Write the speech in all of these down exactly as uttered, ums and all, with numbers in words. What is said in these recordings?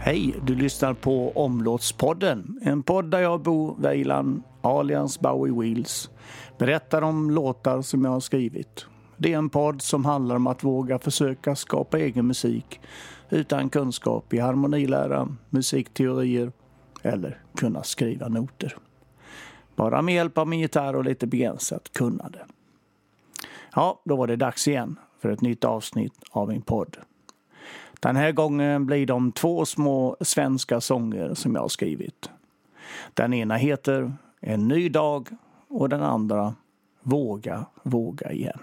Hej, du lyssnar på Omlåtspodden. En podd där jag, Bo Weiland, alias Bowie Wheels, berättar om låtar som jag har skrivit. Det är en podd som handlar om att våga försöka skapa egen musik utan kunskap i harmonilära, musikteorier eller kunna skriva noter. Bara med hjälp av min gitarr och lite begränsat kunnande. Ja, då var det dags igen för ett nytt avsnitt av min podd. Den här gången blir de två små svenska sånger som jag har skrivit. Den ena heter En ny dag och den andra Våga, våga igen.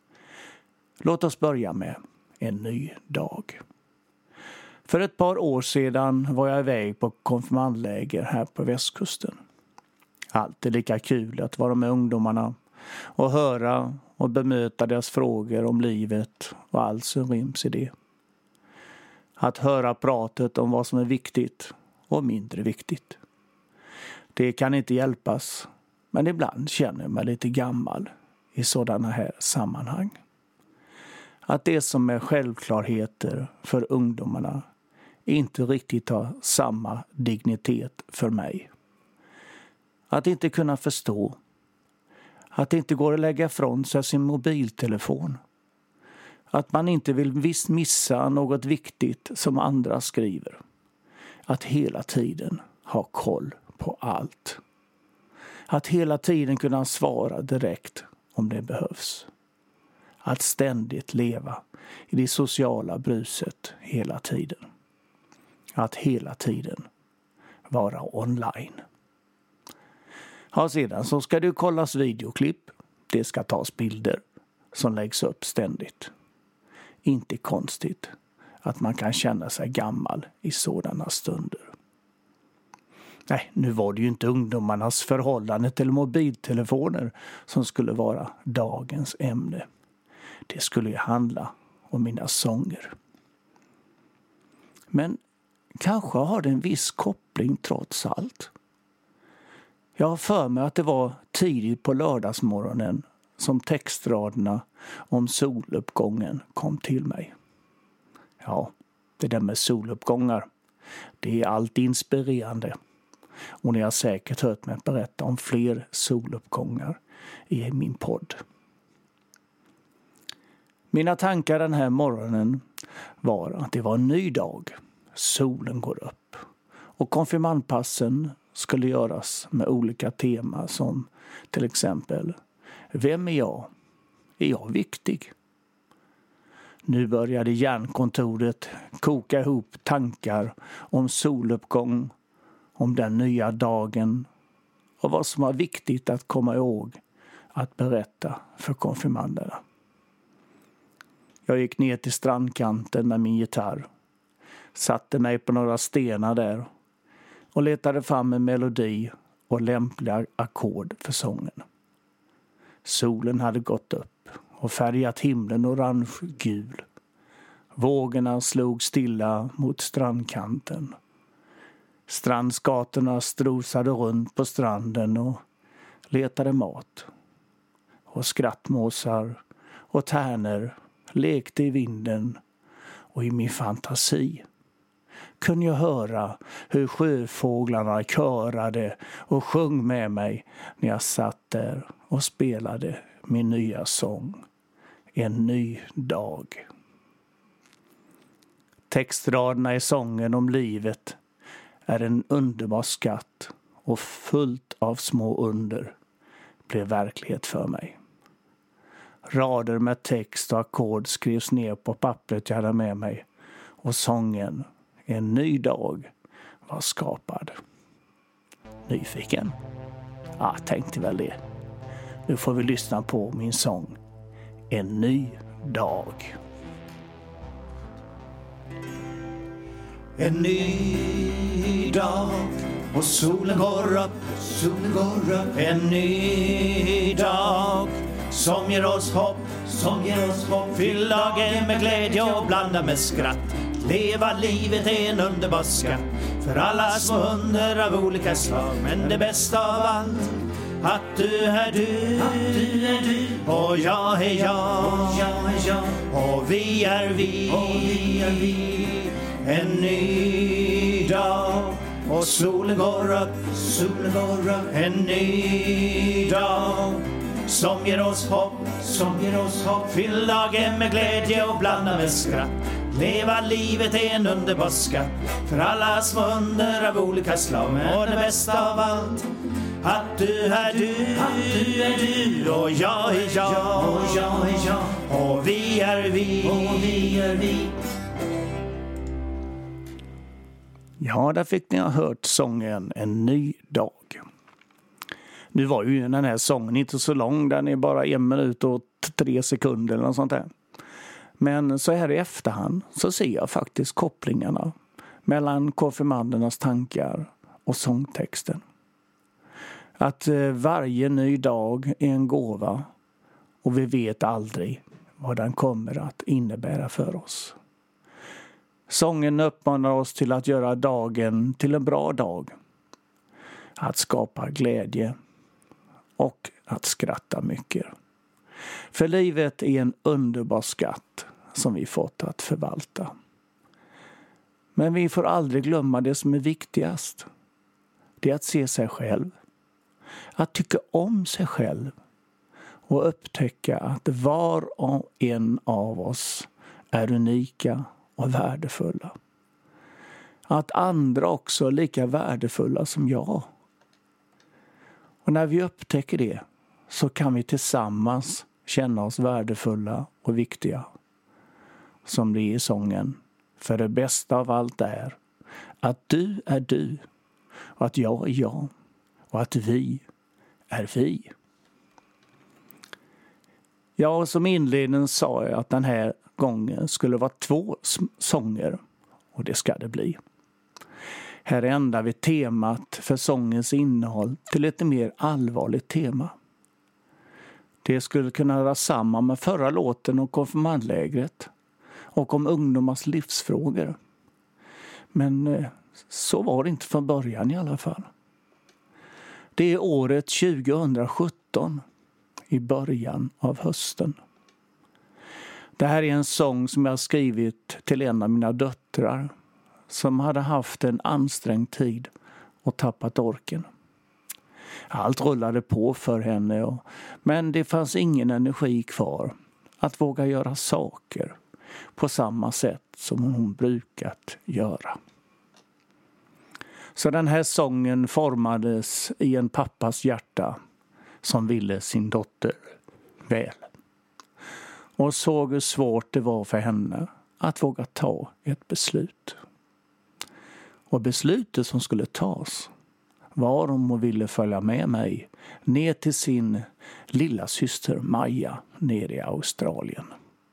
Låt oss börja med En ny dag. För ett par år sedan var jag iväg på konfirmandläger här på västkusten. Alltid lika kul att vara med ungdomarna och höra och bemöta deras frågor om livet och allt som ryms i det. Att höra pratet om vad som är viktigt och mindre viktigt. Det kan inte hjälpas, men ibland känner jag mig lite gammal i sådana här sammanhang. Att det som är självklarheter för ungdomarna inte riktigt har samma dignitet för mig. Att inte kunna förstå. Att det inte går att lägga ifrån sig sin mobiltelefon. Att man inte vill visst missa något viktigt som andra skriver. Att hela tiden ha koll på allt. Att hela tiden kunna svara direkt om det behövs. Att ständigt leva i det sociala bruset hela tiden. Att hela tiden vara online. Ja, sedan så ska det kollas videoklipp. Det ska tas bilder som läggs upp ständigt. Inte konstigt att man kan känna sig gammal i sådana stunder. Nej, nu var det ju inte ungdomarnas förhållande till mobiltelefoner som skulle vara dagens ämne. Det skulle ju handla om mina sånger. Men kanske har det en viss koppling trots allt. Jag har för mig att det var tidigt på lördagsmorgonen som textraderna om soluppgången kom till mig. Ja, det där med soluppgångar, det är alltid inspirerande. Och ni har säkert hört mig berätta om fler soluppgångar i min podd. Mina tankar den här morgonen var att det var en ny dag. Solen går upp. Och konfirmandpassen skulle göras med olika teman som till exempel: Vem är jag? Är jag viktig? Nu började hjärnkontoret koka ihop tankar om soluppgång, om den nya dagen och vad som var viktigt att komma ihåg att berätta för konfirmanderna. Jag gick ner till strandkanten med min gitarr, satte mig på några stenar där och letade fram en melodi och lämpliga ackord för sången. Solen hade gått upp och färgat himlen orange-gul. Vågorna slog stilla mot strandkanten. Strandskatorna strosade runt på stranden och letade mat. Och skrattmåsar och tärnor lekte i vinden, och i min fantasi kunde jag höra hur sjöfåglarna körade och sjöng med mig när jag satt där och spelade min nya sång, En ny dag. Textraderna i sången om livet är en underbar skatt, och fullt av små under blev verklighet för mig. Rader med text och ackord skrevs ner på pappret jag hade med mig, och sången En ny dag var skapad. Nyfiken? Ja, tänkte väl det. Nu får vi lyssna på min sång En ny dag. En ny dag och solen går upp, solen går upp. En ny dag som ger oss hopp, som ger oss hopp. Fyll dagen med glädje och blanda med skratt. Leva livet är en underbar skatt för alla små under av olika slag. Men det bästa av allt, att du är du, att du är du, och jag är jag, och jag är jag, och vi är vi, och vi är vi. en ny dag. Och solen går upp, solen går upp, en ny dag. Som ger oss hopp, som ger oss hopp. Fyll dagen med glädje och blanda med skratt. Leva livet är en underbar skatt. För alla små under av olika slag. Och det bästa av allt, att du är du, att du är du. Och jag är jag, och jag är jag. Och vi är vi, och vi är vi. Ja, där fick ni ha hört sången En ny dag. Nu var ju den här sången inte så lång. Den är bara en minut och tre sekunder eller något sånt där. Men så här i efterhand så ser jag faktiskt kopplingarna mellan konfirmandernas tankar och sångtexten. Att varje ny dag är en gåva och vi vet aldrig vad den kommer att innebära för oss. Sången uppmanar oss till att göra dagen till en bra dag. Att skapa glädje och att skratta mycket. För livet är en underbar skatt som vi fått att förvalta. Men vi får aldrig glömma det som är viktigast. Det är att se sig själv. Att tycka om sig själv. Och upptäcka att var och en av oss är unika och värdefulla. Att andra också är lika värdefulla som jag. Och när vi upptäcker det så kan vi tillsammans känna oss värdefulla och viktiga. Som det är i sången. För det bästa av allt är att du är du och att jag är jag och att vi är vi. Ja, och som inledning sa jag att den här gången skulle vara två sånger och det ska det bli. Här ändrar vi temat för sångens innehåll till ett mer allvarligt tema. Det skulle kunna höra samman med förra låten om konfirmandlägret och om ungdomars livsfrågor. Men så var det inte från början i alla fall. Det är året tjugohundrasjutton, i början av hösten. Det här är en sång som jag har skrivit till en av mina döttrar som hade haft en ansträngd tid och tappat orken. Allt rullade på för henne, och, men det fanns ingen energi kvar att våga göra saker på samma sätt som hon brukat göra. Så den här sången formades i en pappas hjärta som ville sin dotter väl. Och såg hur svårt det var för henne att våga ta ett beslut. Och beslutet som skulle tas var om hon ville följa med mig ner till sin lilla syster Maja nere i Australien.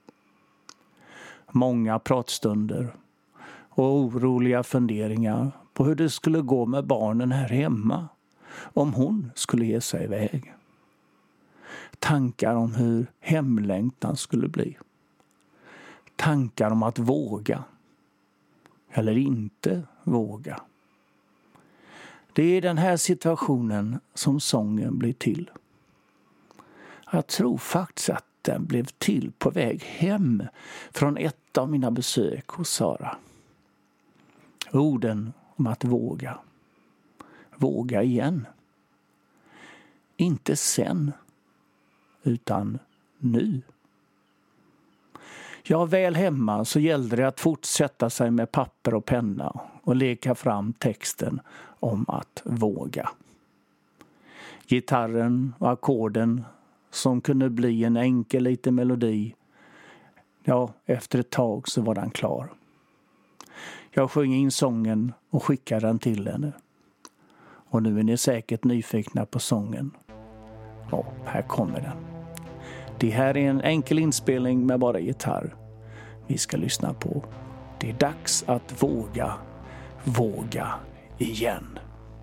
Många pratstunder och oroliga funderingar på hur det skulle gå med barnen här hemma om hon skulle ge sig iväg. Tankar om hur hemlängtan skulle bli. Tankar om att våga eller inte våga. Det är den här situationen som sången blir till. Jag tror faktiskt att den blev till på väg hem från ett av mina besök hos Sara. Orden om att våga. Våga igen. Inte sen, utan nu. Ja, väl hemma så gällde det att fortsätta sig med papper och penna och leka fram texten om att våga. Gitarren och ackorden som kunde bli en enkel liten melodi, ja, efter ett tag så var den klar. Jag sjöng in sången och skickade den till henne. Och nu är ni säkert nyfikna på sången. Ja, här kommer den. Det här är en enkel inspelning med bara gitarr. Vi ska lyssna på Det är dags att våga, våga igen.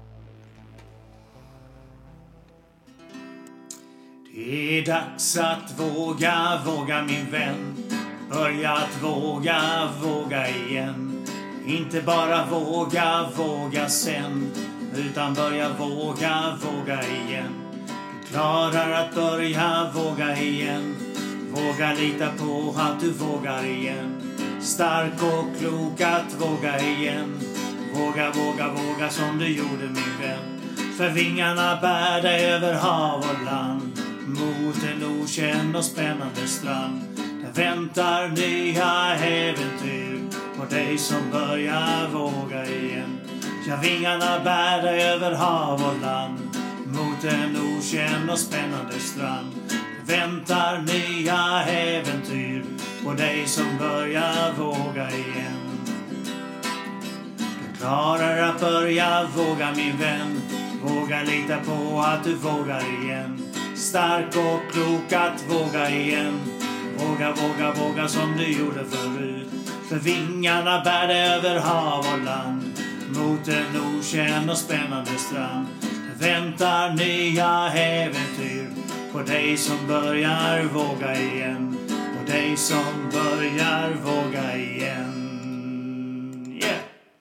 Det är dags att våga, våga min vän. Börja att våga, våga igen. Inte bara våga, våga sen. Utan börja våga, våga igen. Du klarar att börja våga igen. Våga lita på att du vågar igen. Stark och klok att våga igen. Våga, våga, våga som du gjorde min vän. För vingarna bär dig över hav och land. Mot en okänd och spännande strand. Där väntar nya äventyr på dig som börjar våga igen. Ja, vingarna bär dig över hav och land. Mot en okänd och spännande strand. Där väntar nya äventyr på dig som börjar våga igen. Du klarar att börja våga min vän. Våga lita på att du vågar igen. Stark och klok att våga igen. Våga, våga, våga som du gjorde förut. För vingarna bär dig över hav och land. Mot en okänd och spännande strand. Väntar nya äventyr på dig som börjar våga igen. På dig som börjar våga igen. Yeah.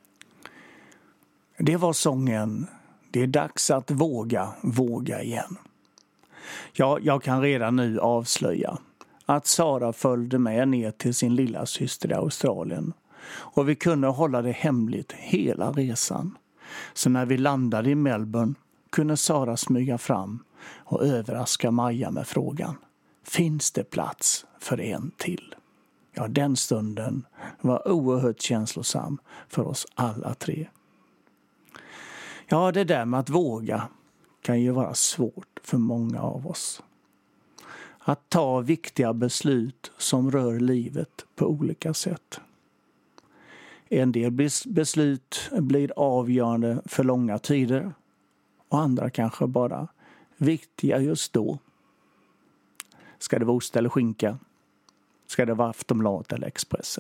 Det var sången. Det är dags att våga, våga igen. Ja, jag kan redan nu avslöja att Sara följde med ner till sin lilla syster i Australien. Och vi kunde hålla det hemligt hela resan. Så när vi landade i Melbourne kunde Sara smyga fram och överraska Maja med frågan: finns det plats för en till? Ja, den stunden var oerhört känslosam för oss alla tre. Ja, det där med att våga kan ju vara svårt för många av oss. Att ta viktiga beslut som rör livet på olika sätt. En del beslut blir avgörande för långa tider och andra kanske bara viktiga just då. Ska det vara ost eller skinka? Ska det vara Aftonbladet eller Expressen?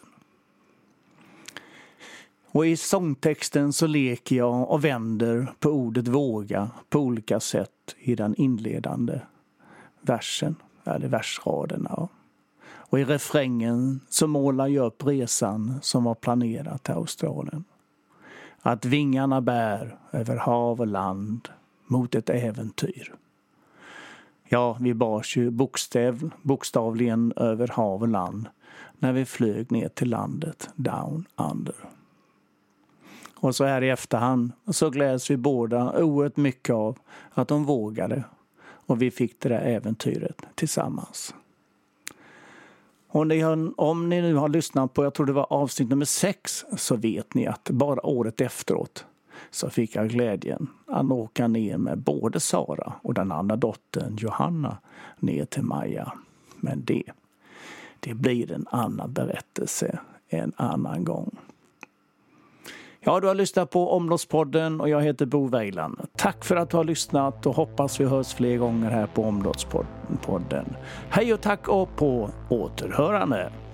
Och i sångtexten så leker jag och vänder på ordet våga på olika sätt i den inledande versen, eller versraderna. Och i refrängen så målar jag upp resan som var planerad till Australien. Att vingarna bär över hav och land mot ett äventyr. Ja, vi bars ju bokstav, bokstavligen över hav och land när vi flög ner till landet Down Under. Och så här i efterhand så gläds vi båda oerhört mycket av att de vågade och vi fick det där äventyret tillsammans. Och ni har, om ni nu har lyssnat på, jag tror det var avsnitt nummer sex, så vet ni att bara året efteråt så fick jag glädjen att åka ner med både Sara och den andra dottern Johanna ner till Maja. Men det, det blir en annan berättelse en annan gång. Ja, du har lyssnat på Omlottspodden och jag heter Bo Weiland. Tack för att du har lyssnat och hoppas vi hörs fler gånger här på Omlottspodden. Hej och tack och på återhörande!